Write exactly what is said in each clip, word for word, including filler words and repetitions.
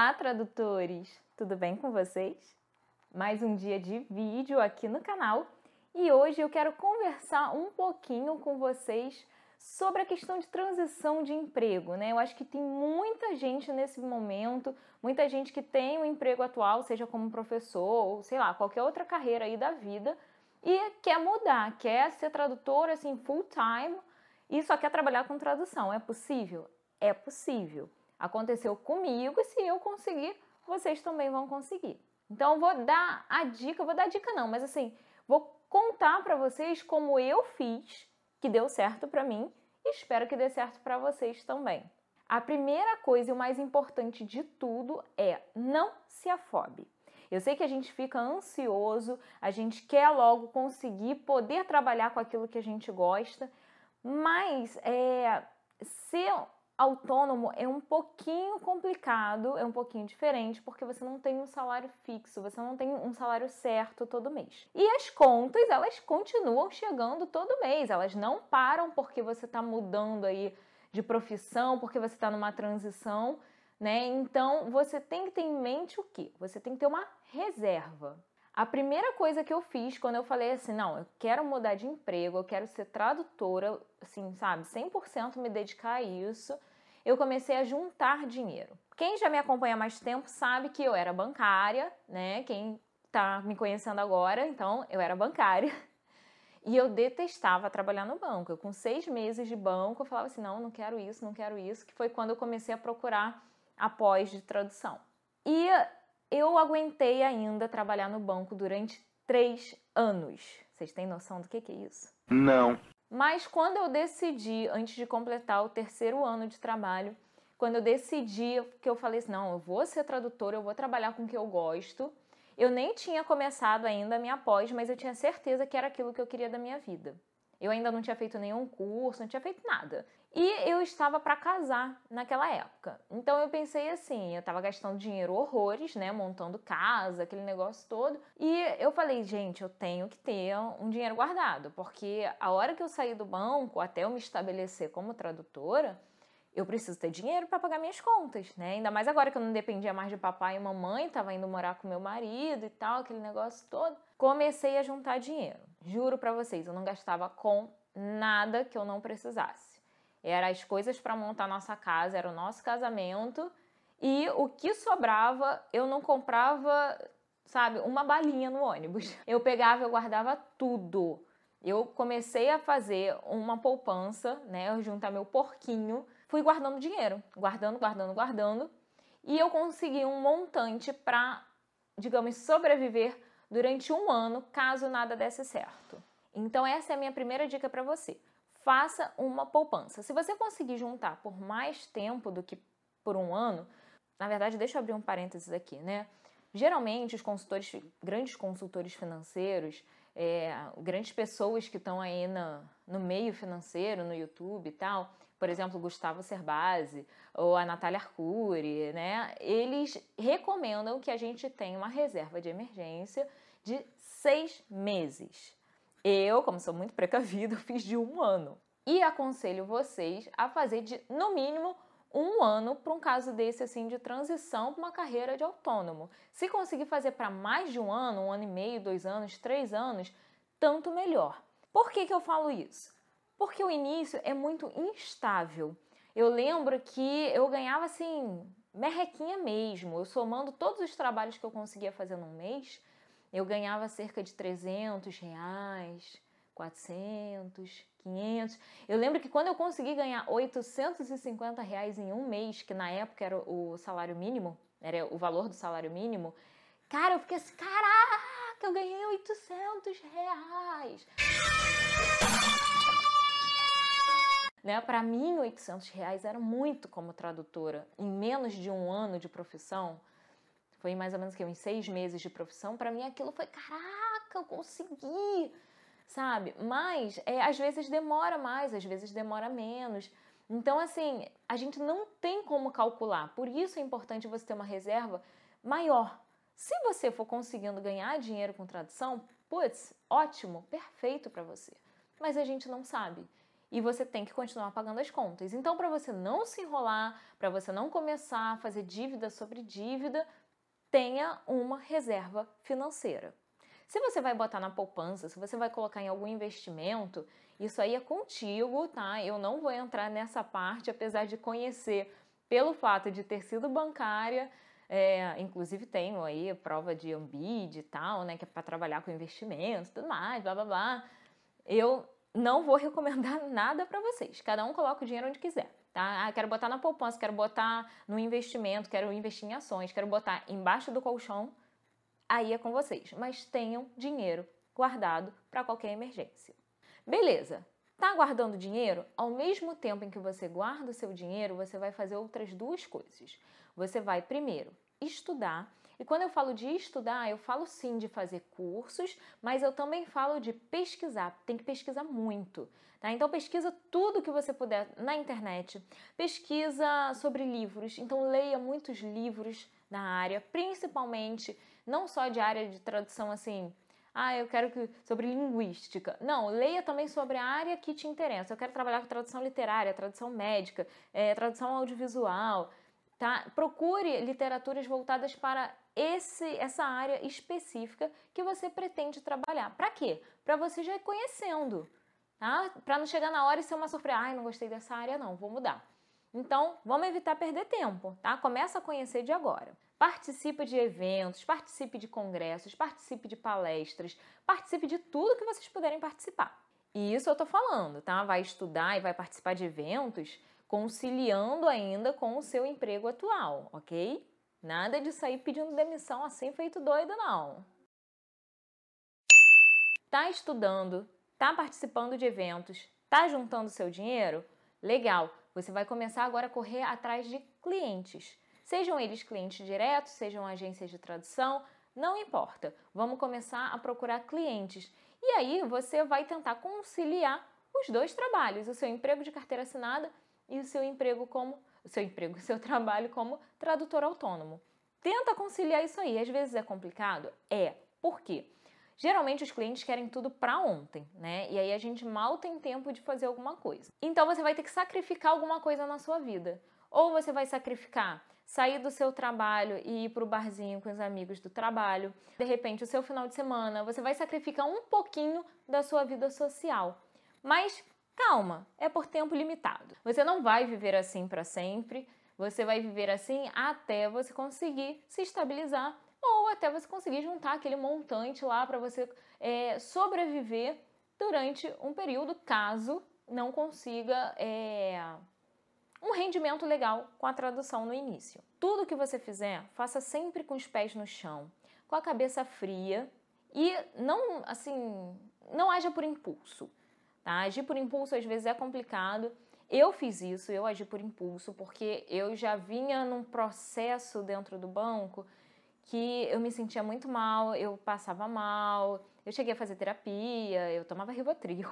Olá, tradutores! Tudo bem com vocês? Mais um dia de vídeo aqui no canal e hoje eu quero conversar um pouquinho com vocês sobre a questão de transição de emprego, né? Eu acho que tem muita gente nesse momento, muita gente que tem um emprego atual, seja como professor ou sei lá, qualquer outra carreira aí da vida e quer mudar, quer ser tradutor assim full time e só quer trabalhar com tradução. É possível? É possível. Aconteceu comigo e se eu conseguir, vocês também vão conseguir. Então eu vou dar a dica, vou dar dica não, mas assim, vou contar para vocês como eu fiz, que deu certo para mim e espero que dê certo para vocês também. A primeira coisa e o mais importante de tudo é não se afobe. Eu sei que a gente fica ansioso, a gente quer logo conseguir poder trabalhar com aquilo que a gente gosta, mas é, ser autônomo é um pouquinho complicado, é um pouquinho diferente, porque você não tem um salário fixo, você não tem um salário certo todo mês. E as contas, elas continuam chegando todo mês, elas não param porque você está mudando aí de profissão, porque você está numa transição, né? Então, você tem que ter em mente o quê? Você tem que ter uma reserva. A primeira coisa que eu fiz quando eu falei assim, não, eu quero mudar de emprego, eu quero ser tradutora, assim, sabe, cem por cento me dedicar a isso, eu comecei a juntar dinheiro. Quem já me acompanha há mais tempo sabe que eu era bancária, né? Quem tá me conhecendo agora, então, eu era bancária. E eu detestava trabalhar no banco. Eu, com seis meses de banco, eu falava assim, não, não quero isso, não quero isso, que foi quando eu comecei a procurar a pós de tradução. E eu aguentei ainda trabalhar no banco durante três anos. Vocês têm noção do que, que é isso? Não. Mas quando eu decidi, antes de completar o terceiro ano de trabalho, quando eu decidi que eu falei assim, não, eu vou ser tradutora, eu vou trabalhar com o que eu gosto, eu nem tinha começado ainda a minha pós, mas eu tinha certeza que era aquilo que eu queria da minha vida. Eu ainda não tinha feito nenhum curso, não tinha feito nada. E eu estava para casar naquela época. Então eu pensei assim, eu estava gastando dinheiro horrores, né, montando casa, aquele negócio todo. E eu falei, gente, eu tenho que ter um dinheiro guardado, porque a hora que eu sair do banco, até eu me estabelecer como tradutora, eu preciso ter dinheiro para pagar minhas contas, né? Ainda mais agora que eu não dependia mais de papai e mamãe, tava indo morar com meu marido e tal, aquele negócio todo. Comecei a juntar dinheiro. Juro para vocês, eu não gastava com nada que eu não precisasse. Eram as coisas para montar nossa casa, era o nosso casamento e o que sobrava eu não comprava, sabe, uma balinha no ônibus. Eu pegava, eu guardava tudo. Eu comecei a fazer uma poupança, né, eu juntar meu porquinho, fui guardando dinheiro, guardando, guardando, guardando, e eu consegui um montante para, digamos, sobreviver durante um ano, caso nada desse certo. Então essa é a minha primeira dica para você. Faça uma poupança. Se você conseguir juntar por mais tempo do que por um ano, na verdade, deixa eu abrir um parênteses aqui, né? Geralmente, os consultores, grandes consultores financeiros, é, grandes pessoas que estão aí na, no meio financeiro, no YouTube e tal, por exemplo, Gustavo Cerbasi ou a Natália Arcuri, né? Eles recomendam que a gente tenha uma reserva de emergência de seis meses. Eu, como sou muito precavida, fiz de um ano. E aconselho vocês a fazer de, no mínimo, um ano para um caso desse assim de transição para uma carreira de autônomo. Se conseguir fazer para mais de um ano, um ano e meio, dois anos, três anos, tanto melhor. Por que que eu falo isso? Porque o início é muito instável. Eu lembro que eu ganhava assim, merrequinha mesmo. Eu somando todos os trabalhos que eu conseguia fazer num mês, eu ganhava cerca de trezentos reais, quatrocentos, quinhentos. Eu lembro que quando eu consegui ganhar oitocentos e cinquenta reais em um mês, que na época era o salário mínimo, era o valor do salário mínimo, cara, eu fiquei assim, caraca, eu ganhei oitocentos reais. Né? Para mim, oitocentos reais era muito como tradutora. Em menos de um ano de profissão, foi mais ou menos que uns seis meses de profissão, para mim aquilo foi, caraca, eu consegui, sabe? Mas é, às vezes demora mais, às vezes demora menos. Então, assim, a gente não tem como calcular. Por isso é importante você ter uma reserva maior. Se você for conseguindo ganhar dinheiro com tradução, putz, ótimo, perfeito para você. Mas a gente não sabe. e você tem que continuar pagando as contas. Então, para você não se enrolar, para você não começar a fazer dívida sobre dívida, tenha uma reserva financeira. Se você vai botar na poupança, se você vai colocar em algum investimento, isso aí é contigo, tá? Eu não vou entrar nessa parte, apesar de conhecer pelo fato de ter sido bancária, é, inclusive tenho aí prova de Ambid e tal, né? Que é para trabalhar com investimentos, tudo mais, blá blá blá. Eu não vou recomendar nada para vocês. Cada um coloca o dinheiro onde quiser. Tá? Ah, quero botar na poupança, quero botar no investimento, quero investir em ações, quero botar embaixo do colchão, aí é com vocês. Mas tenham dinheiro guardado para qualquer emergência. Beleza, tá guardando dinheiro? Ao mesmo tempo em que você guarda o seu dinheiro, você vai fazer outras duas coisas. Você vai, primeiro, estudar. E quando eu falo de estudar, eu falo sim de fazer cursos, mas eu também falo de pesquisar. Tem que pesquisar muito, tá? Então pesquisa tudo que você puder na internet. Pesquisa sobre livros, então leia muitos livros na área, principalmente não só de área de tradução assim, ah, eu quero que sobre linguística. Não, leia também sobre a área que te interessa. Eu quero trabalhar com tradução literária, tradução médica, é, tradução audiovisual. Tá? Procure literaturas voltadas para esse, essa área específica que você pretende trabalhar. Para quê? Para você já ir conhecendo, tá? Para não chegar na hora e ser uma surpresa. Ai, não gostei dessa área não, vou mudar. Então, vamos evitar perder tempo, tá? Começa a conhecer de agora. Participe de eventos, participe de congressos, participe de palestras, participe de tudo que vocês puderem participar. E isso eu tô falando, tá? Vai estudar e vai participar de eventos conciliando ainda com o seu emprego atual, ok? Nada de sair pedindo demissão assim feito doido, não. Tá estudando, tá participando de eventos, tá juntando seu dinheiro? Legal, você vai começar agora a correr atrás de clientes. Sejam eles clientes diretos, sejam agências de tradução, não importa. Vamos começar a procurar clientes. E aí você vai tentar conciliar os dois trabalhos, o seu emprego de carteira assinada e o seu emprego como, o seu emprego, o seu trabalho como tradutor autônomo. Tenta conciliar isso aí. Às vezes é complicado? É. Por quê? Geralmente os clientes querem tudo para ontem, né? E aí a gente mal tem tempo de fazer alguma coisa. Então você vai ter que sacrificar alguma coisa na sua vida. Ou você vai sacrificar sair do seu trabalho e ir para o barzinho com os amigos do trabalho. De repente, o seu final de semana, você vai sacrificar um pouquinho da sua vida social. Mas calma, é por tempo limitado. Você não vai viver assim para sempre, você vai viver assim até você conseguir se estabilizar ou até você conseguir juntar aquele montante lá para você é, sobreviver durante um período, caso não consiga é, um rendimento legal com a tradução no início. Tudo que você fizer, faça sempre com os pés no chão, com a cabeça fria e não, assim, não haja por impulso. Tá? Agir por impulso às vezes é complicado. Eu fiz isso, eu agi por impulso, porque eu já vinha num processo dentro do banco que eu me sentia muito mal, eu passava mal, eu cheguei a fazer terapia, eu tomava Rivotril.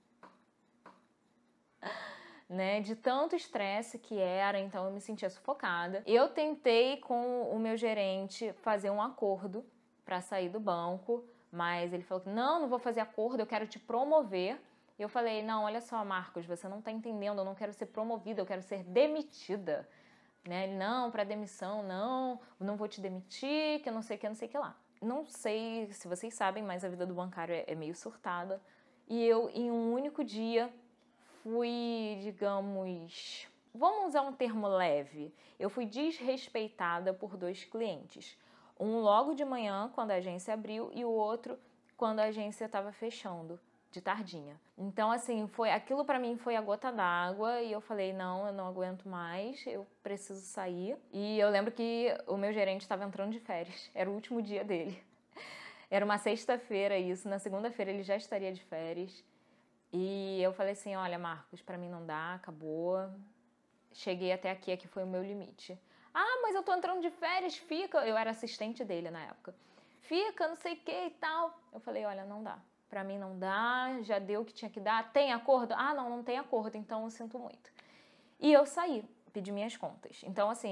Né? De tanto estresse que era, então eu me sentia sufocada. Eu tentei com o meu gerente fazer um acordo para sair do banco, mas ele falou que não, não vou fazer acordo, eu quero te promover. Eu falei, não, olha só, Marcos, você não tá entendendo, eu não quero ser promovida, eu quero ser demitida. Né? Ele, não, para demissão, não, não vou te demitir, que eu não sei o que, não sei o que lá. Não sei se vocês sabem, mas a vida do bancário é, é meio surtada. E eu, em um único dia, fui, digamos, vamos usar um termo leve, eu fui desrespeitada por dois clientes. Um logo de manhã, quando a agência abriu, e o outro quando a agência estava fechando, de tardinha. Então, assim, foi aquilo para mim foi a gota d'água e eu falei, não, eu não aguento mais, eu preciso sair. E eu lembro que o meu gerente estava entrando de férias, era o último dia dele. Era uma sexta-feira isso, na segunda-feira ele já estaria de férias. E eu falei assim, olha, Marcos, para mim não dá, acabou. Cheguei até aqui, aqui foi o meu limite. Ah, mas eu tô entrando de férias, fica. Eu era assistente dele na época. Fica, não sei o que e tal. Eu falei, olha, não dá. Pra mim não dá, já deu o que tinha que dar. Tem acordo? Ah, não, não tem acordo, então eu sinto muito. E eu saí, pedi minhas contas. Então, assim,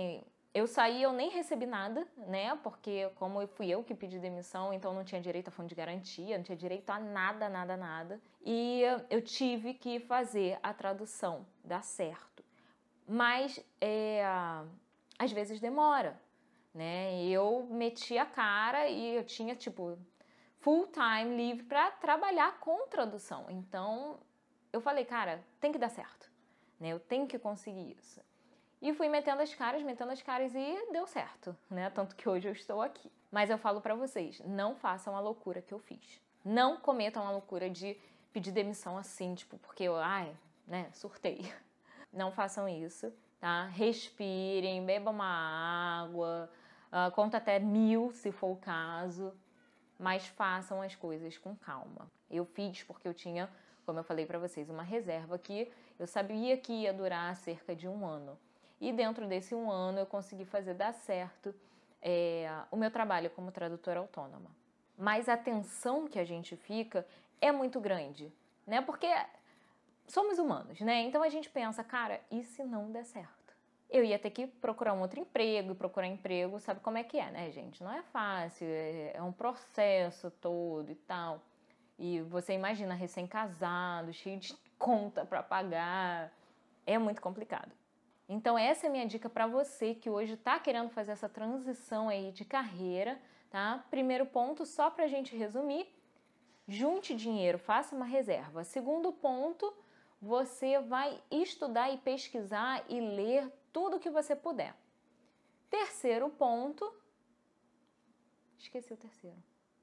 Eu saí, eu nem recebi nada, né? Porque como fui eu que pedi demissão, então não tinha direito a fundo de garantia, não tinha direito a nada, nada, nada. E eu tive que fazer a tradução, dá certo. Mas é, às vezes demora, né? Eu meti a cara e eu tinha, tipo, full time livre para trabalhar com tradução. Então eu falei, cara, tem que dar certo, né? Eu tenho que conseguir isso. E fui metendo as caras, metendo as caras e deu certo, né? Tanto que hoje eu estou aqui. Mas eu falo pra vocês, não façam a loucura que eu fiz. Não cometam a loucura de pedir demissão assim, tipo, porque eu, ai, né, surtei. Não façam isso, tá? Respirem, bebam uma água, uh, conta até mil se for o caso, mas façam as coisas com calma. Eu fiz porque eu tinha, como eu falei pra vocês, uma reserva que eu sabia que ia durar cerca de um ano. E dentro desse um ano eu consegui fazer dar certo é, o meu trabalho como tradutora autônoma. Mas a tensão que a gente fica é muito grande, né? Porque somos humanos, né? Então a gente pensa, cara, e se não der certo? Eu ia ter que procurar um outro emprego, e procurar emprego, sabe como é que é, né, gente? Não é fácil, é um processo todo e tal. E você imagina recém-casado, cheio de conta para pagar, é muito complicado. Então essa é a minha dica para você que hoje está querendo fazer essa transição aí de carreira, tá? Primeiro ponto, só para a gente resumir, junte dinheiro, faça uma reserva. Segundo ponto, você vai estudar e pesquisar e ler tudo que você puder. Terceiro ponto, esqueci o terceiro.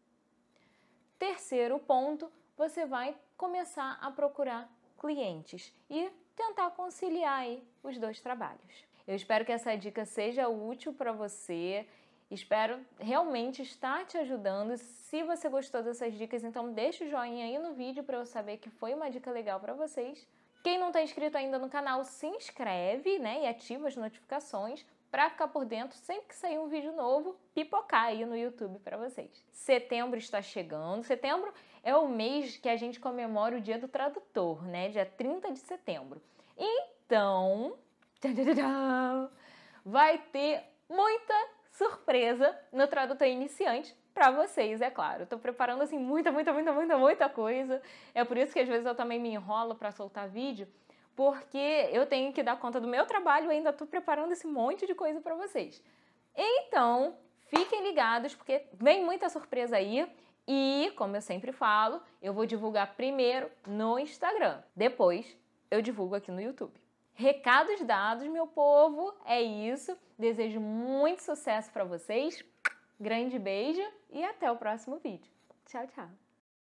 Terceiro ponto, você vai começar a procurar clientes e tentar conciliar aí os dois trabalhos. Eu espero que essa dica seja útil para você, espero realmente estar te ajudando. Se você gostou dessas dicas, então deixa o joinha aí no vídeo para eu saber que foi uma dica legal para vocês. Quem não está inscrito ainda no canal, se inscreve, né, e ativa as notificações para ficar por dentro sempre que sair um vídeo novo, pipocar aí no YouTube para vocês. Setembro está chegando. Setembro é o mês que a gente comemora o Dia do Tradutor, né? Dia trinta de setembro. Então, vai ter muita surpresa no Tradutor Iniciante para vocês, é claro. Estou preparando assim muita, muita, muita, muita, muita coisa. É por isso que às vezes eu também me enrolo para soltar vídeo, porque eu tenho que dar conta do meu trabalho e ainda estou preparando esse monte de coisa para vocês. Então, fiquem ligados, porque vem muita surpresa aí. E, como eu sempre falo, eu vou divulgar primeiro no Instagram. Depois, eu divulgo aqui no YouTube. Recados dados, meu povo. É isso. Desejo muito sucesso para vocês. Grande beijo e até o próximo vídeo. Tchau, tchau.